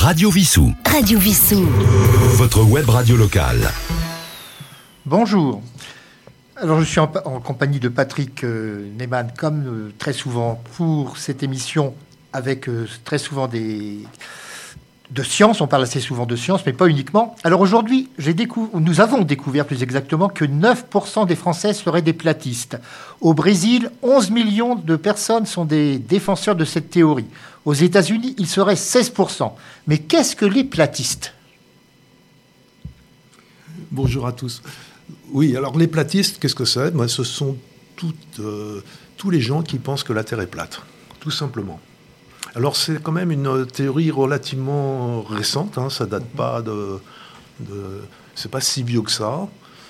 Radio Vissou. Radio Vissou. Votre web radio locale. Bonjour. Alors je suis en compagnie de Patrick Neyman, comme très souvent pour cette émission, avec très souvent de science. On parle assez souvent de science, mais pas uniquement. Alors aujourd'hui, nous avons découvert plus exactement que 9% des Français seraient des platistes. Au Brésil, 11 millions de personnes sont des défenseurs de cette théorie. Aux États-Unis, il serait 16%. Mais qu'est-ce que les platistes ? Bonjour à tous. Oui, alors les platistes, qu'est-ce que c'est ? Ce sont tous les gens qui pensent que la Terre est plate, tout simplement. Alors c'est quand même une théorie relativement récente, ça date pas c'est pas si vieux que ça.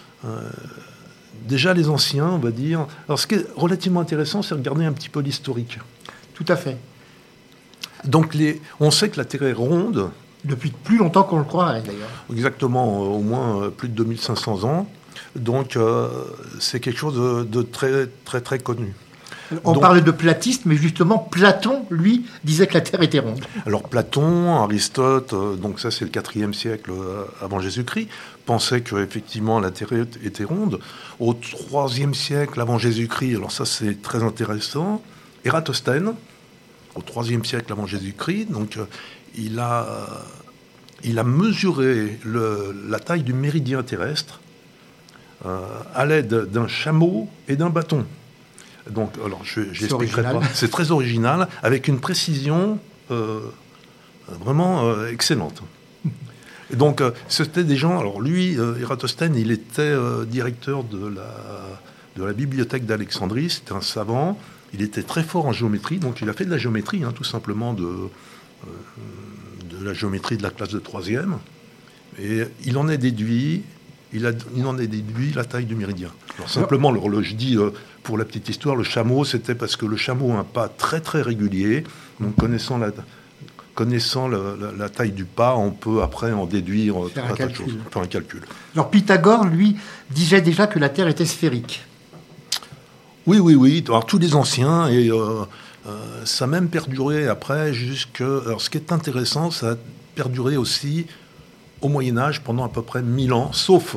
Déjà les anciens, on va dire. Alors ce qui est relativement intéressant, c'est regarder un petit peu l'historique. Tout à fait. Donc on sait que la Terre est ronde. Depuis plus longtemps qu'on le croit, d'ailleurs. Exactement, au moins plus de 2500 ans. Donc c'est quelque chose de très très très connu. On parle de platiste, mais justement, Platon, lui, disait que la Terre était ronde. Alors Platon, Aristote, donc ça c'est le 4e siècle avant Jésus-Christ, pensait qu'effectivement la Terre était ronde. Au 3e siècle avant Jésus-Christ, alors ça c'est très intéressant, Ératosthène, au 3e siècle avant Jésus-Christ, donc il a mesuré la taille du méridien terrestre à l'aide d'un chameau et d'un bâton. Donc, alors, j'expliquerai pas. C'est très original, avec une précision vraiment excellente. Et donc, c'était des gens. Alors, lui, Ératosthène, il était directeur de la bibliothèque d'Alexandrie. C'était un savant. Il était très fort en géométrie. Donc, il a fait de la géométrie, tout simplement de la géométrie de la classe de 3e. Et il en a déduit. Il en a déduit la taille du méridien. Alors simplement, je dis pour la petite histoire, le chameau, c'était parce que le chameau a un pas très très régulier. Donc connaissant la taille du pas, on peut après en déduire faire un calcul. Alors Pythagore, lui, disait déjà que la Terre était sphérique. Oui. Alors tous les anciens, et ça a même perduré après Alors ce qui est intéressant, ça a perduré aussi au Moyen-Âge pendant à peu près 1000 ans, sauf.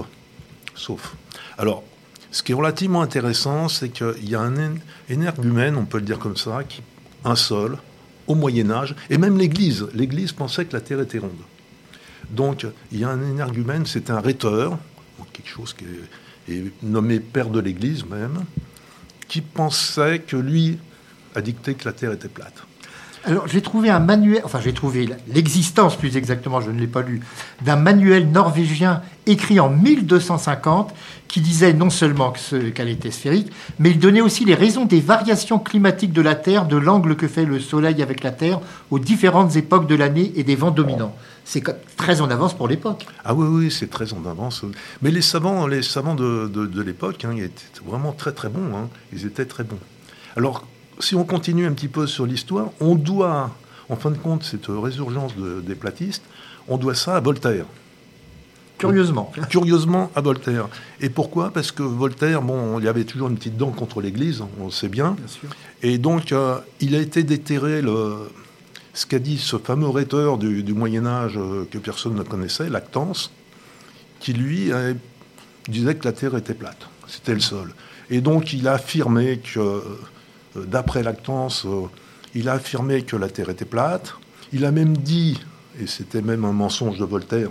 Alors, ce qui est relativement intéressant, c'est qu'il y a un énergumène, on peut le dire comme ça, un seul, au Moyen-Âge, et même l'Église pensait que la Terre était ronde. Donc, il y a un énergumène, c'est un rhéteur, quelque chose qui est nommé père de l'Église même, qui pensait que lui a dicté que la Terre était plate. Alors, j'ai trouvé l'existence, plus exactement, je ne l'ai pas lu, d'un manuel norvégien écrit en 1250 qui disait non seulement qu'elle était sphérique, mais il donnait aussi les raisons des variations climatiques de la Terre, de l'angle que fait le Soleil avec la Terre aux différentes époques de l'année et des vents dominants. C'est très en avance pour l'époque. Ah oui, c'est très en avance. Mais les savants de l'époque, ils étaient vraiment très très bons. Ils étaient très bons. Alors, si on continue un petit peu sur l'histoire, on doit, en fin de compte, cette résurgence des platistes, on doit ça à Voltaire. Curieusement à Voltaire. Et pourquoi ? Parce que Voltaire, il y avait toujours une petite dent contre l'Église, on le sait bien. Bien sûr. Et donc, il a été déterré ce qu'a dit ce fameux rhéteur du Moyen-Âge que personne ne connaissait, Lactance, qui lui disait que la Terre était plate. C'était le seul. Et donc, il a affirmé que d'après Lactance, il a affirmé que la Terre était plate. Il a même dit, et c'était même un mensonge de Voltaire,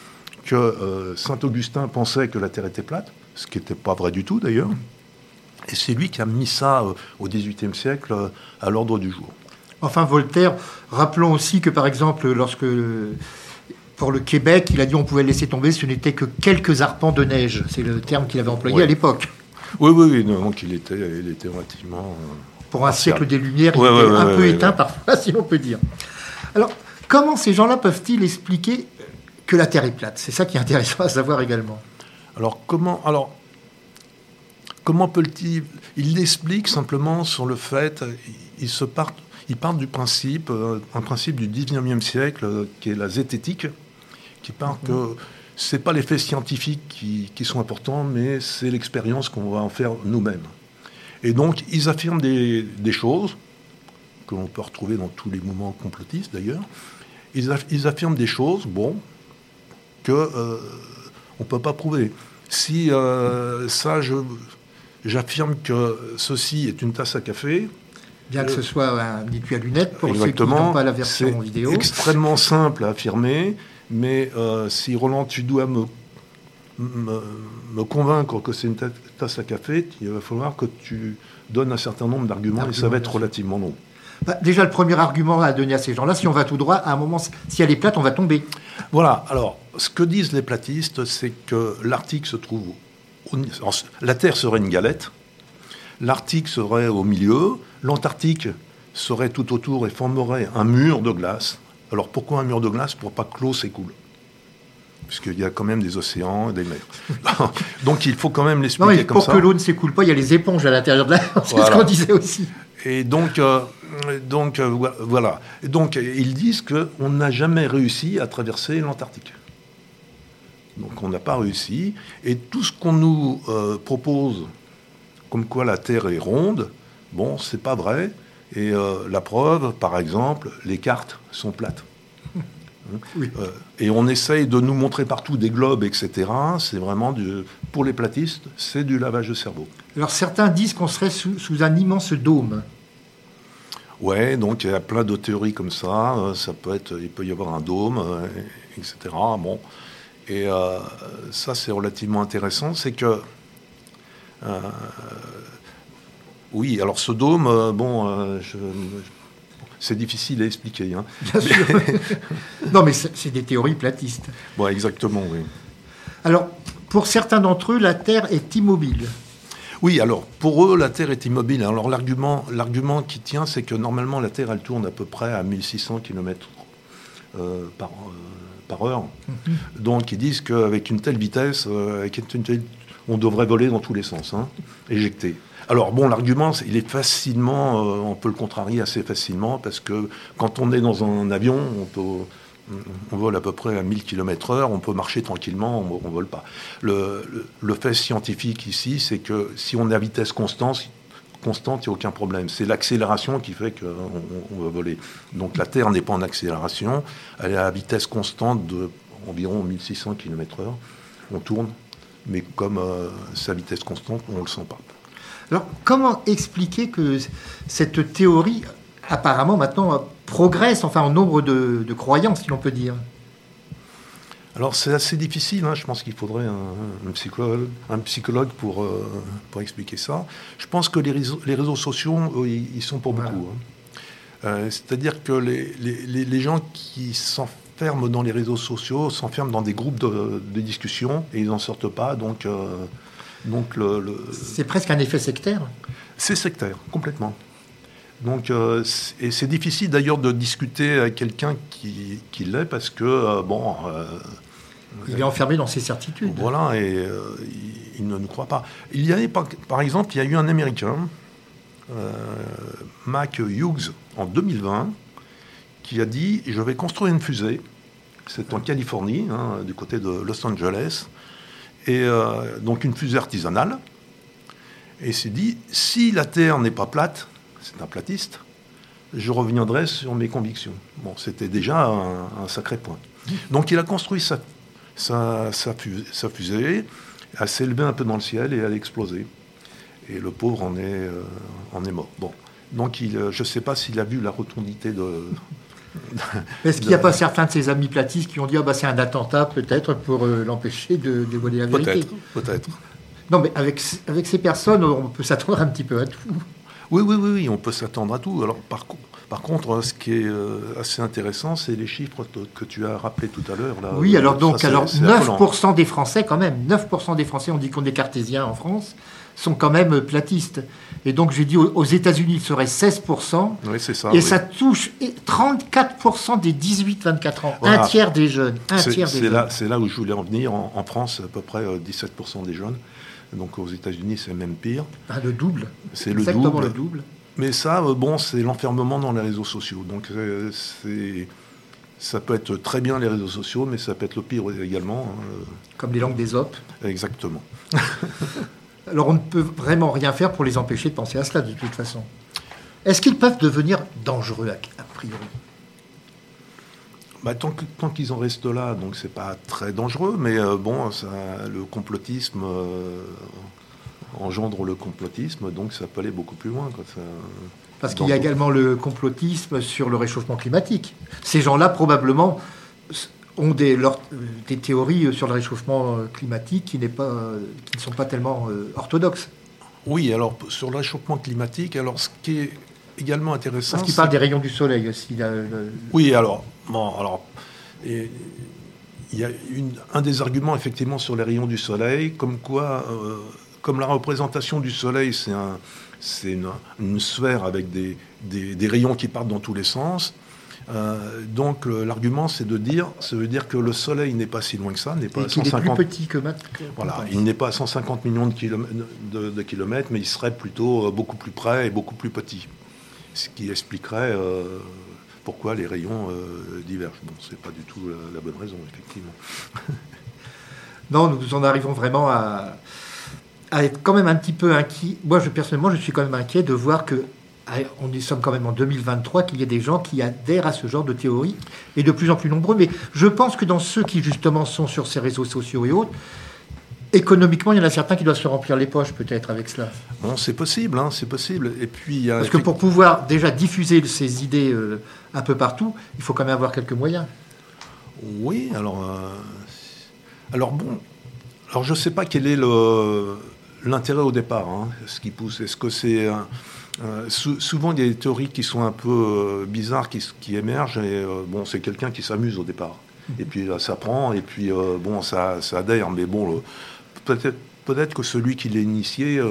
que Saint-Augustin pensait que la Terre était plate, ce qui n'était pas vrai du tout d'ailleurs. Et c'est lui qui a mis ça au XVIIIe siècle à l'ordre du jour. Enfin, Voltaire, rappelons aussi que par exemple, pour le Québec, il a dit qu'on pouvait laisser tomber, ce n'était que quelques arpents de neige. C'est le terme qu'il avait employé à l'époque. Oui, donc il était relativement... Pour un siècle des Lumières, il était un peu éteint parfois, si l'on peut dire. Alors, comment ces gens-là peuvent-ils expliquer que la Terre est plate ? C'est ça qui est intéressant à savoir également. Alors, comment peut-il... Il l'explique simplement sur le fait... Il part du principe, un principe du 19e siècle, qui est la zététique, qui part que... C'est pas les faits scientifiques qui sont importants, mais c'est l'expérience qu'on va en faire nous-mêmes. Et donc, ils affirment des choses que l'on peut retrouver dans tous les mouvements complotistes, d'ailleurs. ils affirment des choses, que on ne peut pas prouver. Si j'affirme que ceci est une tasse à café... Bien que ce soit un étui à lunettes, pour ceux qui n'ont pas la version vidéo. C'est extrêmement simple à affirmer, mais si Roland, tu dois me convaincre que c'est une tasse à café, il va falloir que tu donnes un certain nombre d'arguments, et ça va être relativement long. Déjà, le premier argument à donner à ces gens-là, si on va tout droit, à un moment, si elle est plate, on va tomber. Voilà. Alors, ce que disent les platistes, c'est que l'Arctique se trouve... la Terre serait une galette, l'Arctique serait au milieu, l'Antarctique serait tout autour et formerait un mur de glace. Alors, pourquoi un mur de glace? Pour pas que l'eau s'écoule. Puisqu'il y a quand même des océans et des mers. Donc, il faut quand même l'expliquer comme ça. Pour que l'eau ne s'écoule pas, il y a les éponges à l'intérieur de la... C'est ce qu'on disait aussi. Et donc voilà. Et donc, ils disent qu'on n'a jamais réussi à traverser l'Antarctique. Donc, on n'a pas réussi. Et tout ce qu'on nous propose, comme quoi la Terre est ronde, c'est pas vrai. Et la preuve, par exemple, les cartes sont plates. Oui. Et on essaye de nous montrer partout des globes, etc. C'est vraiment, pour les platistes, c'est du lavage de cerveau. Alors certains disent qu'on serait sous un immense dôme. Ouais, donc il y a plein de théories comme ça. Il peut y avoir un dôme, etc. Et ça, c'est relativement intéressant. C'est que... oui, alors ce dôme, c'est difficile à expliquer. Hein. Bien sûr. Non, mais c'est des théories platistes. Exactement, oui. Alors, pour certains d'entre eux, la Terre est immobile. Oui, alors, pour eux, la Terre est immobile. Alors, l'argument qui tient, c'est que normalement, la Terre, elle tourne à peu près à 1600 km par heure. Mm-hmm. Donc, ils disent qu'avec une telle vitesse, on devrait voler dans tous les sens, éjecter. Alors, l'argument, il est facilement... on peut le contrarier assez facilement, parce que quand on est dans un avion, on vole à peu près à 1000 km/h, on peut marcher tranquillement, on ne vole pas. Le fait scientifique ici, c'est que si on est à vitesse constante, il n'y a aucun problème. C'est l'accélération qui fait qu'on va voler. Donc la Terre n'est pas en accélération, elle est à vitesse constante d'environ 1600 km/h. On tourne, mais comme c'est à vitesse constante, on ne le sent pas. Alors, comment expliquer que cette théorie, apparemment, maintenant, progresse, en nombre de croyants, si l'on peut dire? Alors, c'est assez difficile. Je pense qu'il faudrait un psychologue pour expliquer ça. Je pense que les réseaux sociaux, ils sont pour beaucoup. C'est-à-dire que les gens qui s'enferment dans les réseaux sociaux s'enferment dans des groupes de discussion et ils n'en sortent pas. Donc c'est presque un effet sectaire. C'est sectaire, complètement. Donc, et c'est difficile d'ailleurs de discuter avec quelqu'un qui l'est parce que, il est enfermé dans ses certitudes. Voilà, et il ne nous croit pas. Par exemple, il y a eu un Américain, Mac Hughes, en 2020, qui a dit « Je vais construire une fusée ». C'est en Californie, du côté de Los Angeles. Et donc une fusée artisanale. Et il s'est dit, si la Terre n'est pas plate, c'est un platiste, je reviendrai sur mes convictions. C'était déjà un sacré point. Donc il a construit sa fusée, elle s'est élevée un peu dans le ciel et elle a explosé. Et le pauvre en est mort. Donc je ne sais pas s'il a vu la rotondité de... Est-ce qu'il n'y a pas certains de ses amis platistes qui ont dit c'est un attentat peut-être pour l'empêcher de dévoiler la vérité? Peut-être. Non, mais avec ces personnes, on peut s'attendre un petit peu à tout. Oui, on peut s'attendre à tout. Alors, par contre, ce qui est assez intéressant, c'est les chiffres que tu as rappelés tout à l'heure. Là. Oui, alors 9% des Français, quand même, 9% des Français, on dit qu'on est cartésiens en France, sont quand même platistes. Et donc, j'ai dit, aux États-Unis, il serait 16%. Oui, c'est ça. Et ça touche 34% des 18-24 ans. Voilà. Un tiers des jeunes. C'est là où je voulais en venir. En France, à peu près 17% des jeunes. Donc, aux États-Unis, c'est même pire. Le double. C'est exactement le double. Mais ça, c'est l'enfermement dans les réseaux sociaux. Donc, ça peut être très bien les réseaux sociaux, mais ça peut être le pire également. Comme les langues d'Ésope. Exactement. Alors, on ne peut vraiment rien faire pour les empêcher de penser à cela, de toute façon. Est-ce qu'ils peuvent devenir dangereux, a priori? Tant qu'ils en restent là, donc c'est pas très dangereux, mais le complotisme engendre le complotisme, donc ça peut aller beaucoup plus loin. Parce qu'il y a également le complotisme sur le réchauffement climatique. Ces gens-là, probablement, ont des théories sur le réchauffement climatique qui ne sont pas tellement orthodoxes. Oui, alors sur le réchauffement climatique, alors ce qui est également intéressant... Parce qu'il parle des rayons du soleil aussi. Oui, il y a un des arguments effectivement sur les rayons du soleil, comme quoi, comme la représentation du soleil, c'est une sphère avec des rayons qui partent dans tous les sens. Donc l'argument, ça veut dire que le soleil n'est pas si loin que ça, n'est pas à 150. Il est plus petit que voilà, il n'est pas à 150 millions de kilomètres, mais il serait plutôt beaucoup plus près et beaucoup plus petit. Ce qui expliquerait pourquoi les rayons divergent. Bon, c'est pas du tout la bonne raison, effectivement. Non, nous en arrivons vraiment à être quand même un petit peu inquiet. Moi, personnellement, je suis quand même inquiet de voir que on sommes quand même en 2023, qu'il y a des gens qui adhèrent à ce genre de théorie, et de plus en plus nombreux. Mais je pense que dans ceux qui, justement, sont sur ces réseaux sociaux et autres, économiquement, il y en a certains qui doivent se remplir les poches, peut-être, avec cela. Bon, c'est possible, c'est possible. Et puis, parce que pour pouvoir déjà diffuser ces idées un peu partout, il faut quand même avoir quelques moyens. Oui, alors je ne sais pas quel est l'intérêt au départ, ce qui pousse. Est-ce que c'est... souvent, il y a des théories qui sont un peu bizarres qui émergent, et c'est quelqu'un qui s'amuse au départ. Et puis là, ça prend, et puis ça adhère. Mais peut-être que celui qui l'a initié,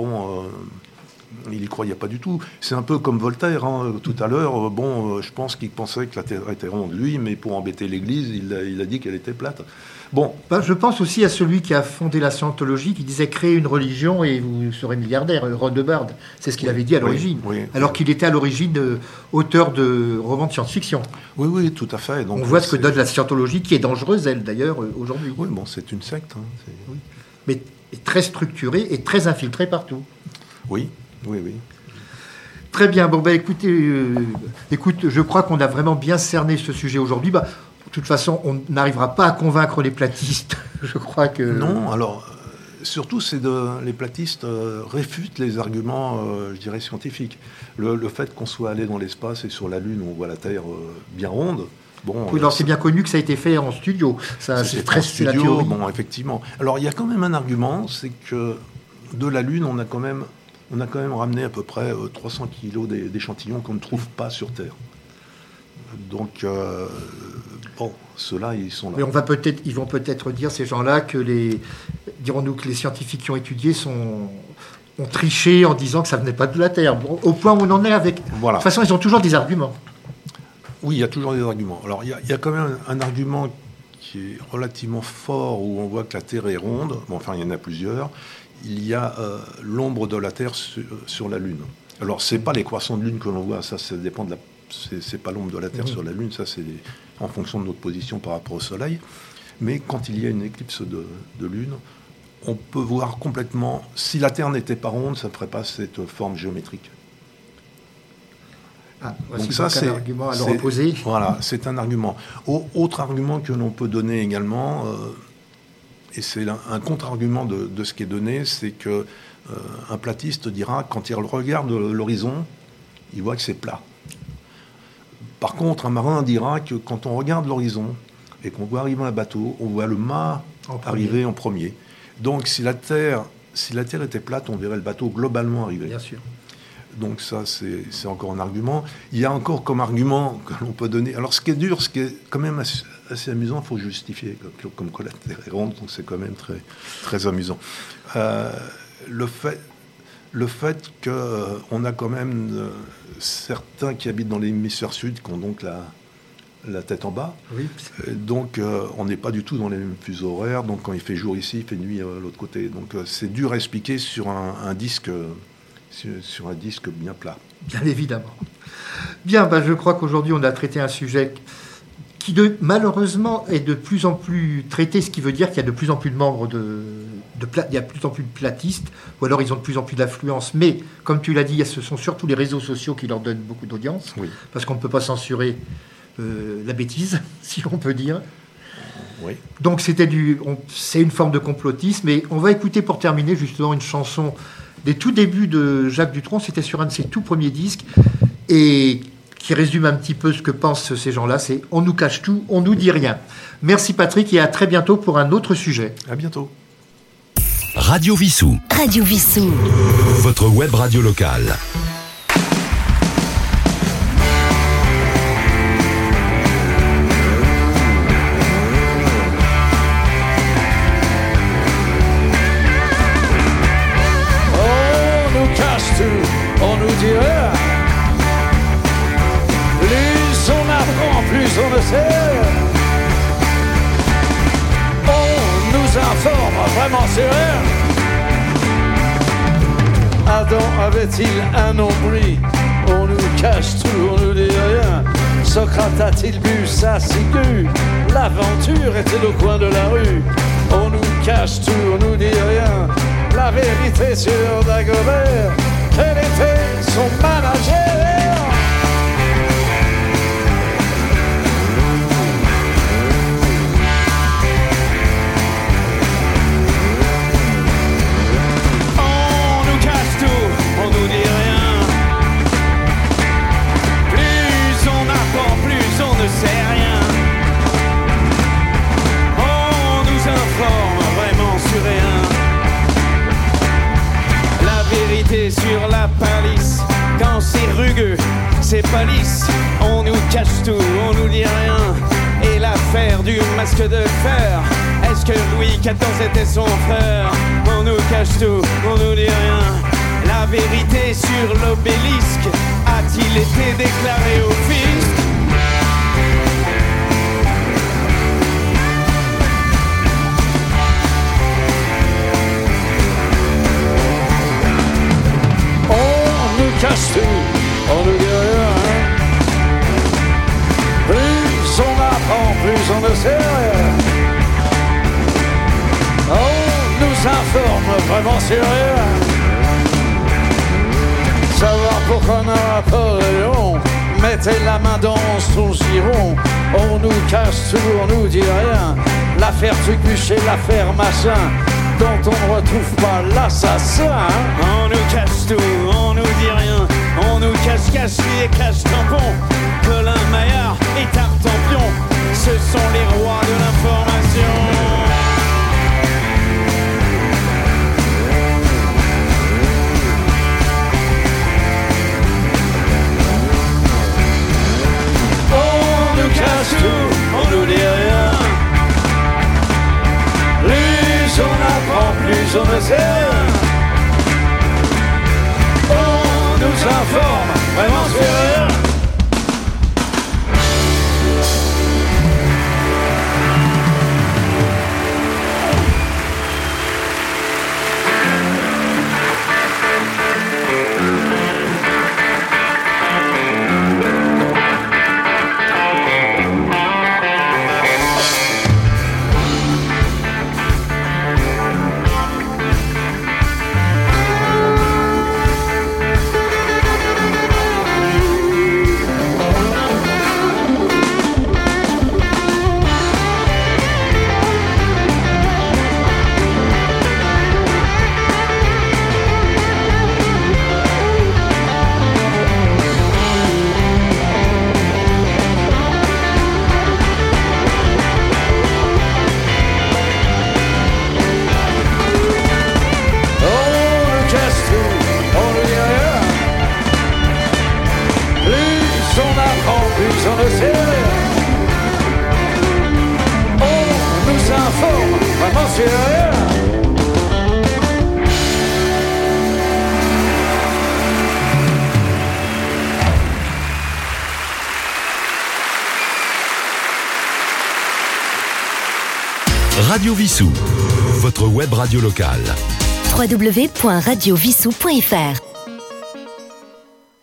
il y croyait pas du tout. C'est un peu comme Voltaire, tout à l'heure. Je pense qu'il pensait que la Terre était ronde, lui, mais pour embêter l'Église, il a dit qu'elle était plate. Bon. Je pense aussi à celui qui a fondé la scientologie, qui disait créer une religion et vous serez milliardaire, Ron de Bard. C'est ce qu'il avait dit à l'origine. Alors qu'il était à l'origine auteur de romans de science-fiction. Oui, tout à fait. Donc, on voit ce que donne la scientologie, qui est dangereuse, elle, d'ailleurs, aujourd'hui. Oui, c'est une secte. Oui. Mais très structurée et très infiltrée partout. Oui. Très bien. Écoute, je crois qu'on a vraiment bien cerné ce sujet aujourd'hui. De toute façon, on n'arrivera pas à convaincre les platistes. Je crois que... Non, alors, surtout, les platistes réfutent les arguments, je dirais, scientifiques. Le fait qu'on soit allé dans l'espace et sur la Lune, on voit la Terre bien ronde. C'est bien connu que ça a été fait en studio. C'est très studio, la théorie. Bon, effectivement. Alors, il y a quand même un argument, c'est que de la Lune, on a quand même ramené à peu près 300 kilos d'échantillons qu'on ne trouve pas sur Terre. Donc, ceux-là, ils sont là. Mais ils vont peut-être dire, ces gens-là, dirons-nous que les scientifiques qui ont étudié ont triché en disant que ça ne venait pas de la Terre. Au point où on en est avec... Voilà. De toute façon, ils ont toujours des arguments. Oui, il y a toujours des arguments. Alors, il y a quand même un argument qui est relativement fort, où on voit que la Terre est ronde. Il y en a plusieurs. Il y a l'ombre de la Terre sur la Lune. Alors, ce n'est pas les croissants de Lune que l'on voit, ça dépend de c'est pas l'ombre de la Terre sur la Lune, ça c'est en fonction de notre position par rapport au Soleil. Mais quand il y a une éclipse de Lune, on peut voir complètement... Si la Terre n'était pas ronde, ça ne ferait pas cette forme géométrique. Donc ça, c'est un argument à leur opposer. Voilà, c'est un argument. Autre argument que l'on peut donner également... et c'est un contre-argument de ce qui est donné, c'est que un platiste dira, quand il regarde l'horizon, il voit que c'est plat. Par contre, un marin dira que quand on regarde l'horizon et qu'on voit arriver un bateau, on voit le mât arriver en premier. Donc, si la Terre était plate, on verrait le bateau globalement arriver. Bien sûr. Donc ça, c'est encore un argument. Il y a encore comme argument que l'on peut donner... Alors, ce qui est dur, ce qui est quand même assez amusant, il faut justifier, comme quoi la Terre est ronde, donc c'est quand même très, très amusant. Le fait qu'on a quand même certains qui habitent dans l'hémisphère sud, qui ont donc la tête en bas. Oui. Donc, on n'est pas du tout dans les mêmes fuseaux horaires. Donc, quand il fait jour ici, il fait nuit de l'autre côté. Donc, c'est dur à expliquer sur un disque... sur un disque bien plat. Bien évidemment. Bien, je crois qu'aujourd'hui, on a traité un sujet qui, malheureusement, est de plus en plus traité, ce qui veut dire qu'il y a de plus en plus de membres il y a de plus en plus de platistes, ou alors ils ont de plus en plus d'affluence. Mais, comme tu l'as dit, ce sont surtout les réseaux sociaux qui leur donnent beaucoup d'audience, parce qu'on ne peut pas censurer la bêtise, si on peut dire. Oui. Donc c'est une forme de complotisme. Et on va écouter pour terminer justement une chanson des tout débuts de Jacques Dutronc. C'était sur un de ses tout premiers disques et qui résume un petit peu ce que pensent ces gens-là. C'est « On nous cache tout, on nous dit rien ». Merci Patrick et à très bientôt pour un autre sujet. À bientôt. Radio Vissou. Radio Vissou. Votre web radio locale. On nous dit rien. Plus on apprend, plus on ne sait. On nous informe vraiment sur rien. Adam avait-il un nombril? On nous cache tout, on nous dit rien. Socrate a-t-il bu sa ciguë? L'aventure était au coin de la rue. On nous cache tout, on nous dit rien. La vérité sur Dagobert, quel était son manager? On nous cache tout, on nous dit rien. Plus on apprend, plus on ne sait rien. On nous informe vraiment sur rien. La vérité sur la palisse, quand c'est rugueux, c'est pas lisse. On nous cache tout, on nous dit rien. Et l'affaire du masque de fer, est-ce que Louis XIV était son frère? On nous cache tout, on nous dit rien. La vérité sur l'obélisque, a-t-il été déclaré au fisc? Cache tout, on nous dit rien. Plus on apprend, plus on ne sait rien. On nous informe vraiment sur rien. Savoir pourquoi Napoléon mettait la main dans son giron. On nous cache tout, on nous dit rien. L'affaire Tucuchet, l'affaire machin, dont on ne retrouve pas l'assassin. On nous cache tout, on nous dit rien. On nous cache Cache-Lit et Cache-Tampon. Colin Maillard et Tartampion, ce sont les rois de l'information. On nous cache tout, on nous dit rien. Plus on apprend, plus on ne sait rien. On nous informe, vraiment sur rien. Radio Vissou, votre web radio locale. www.radiovissou.fr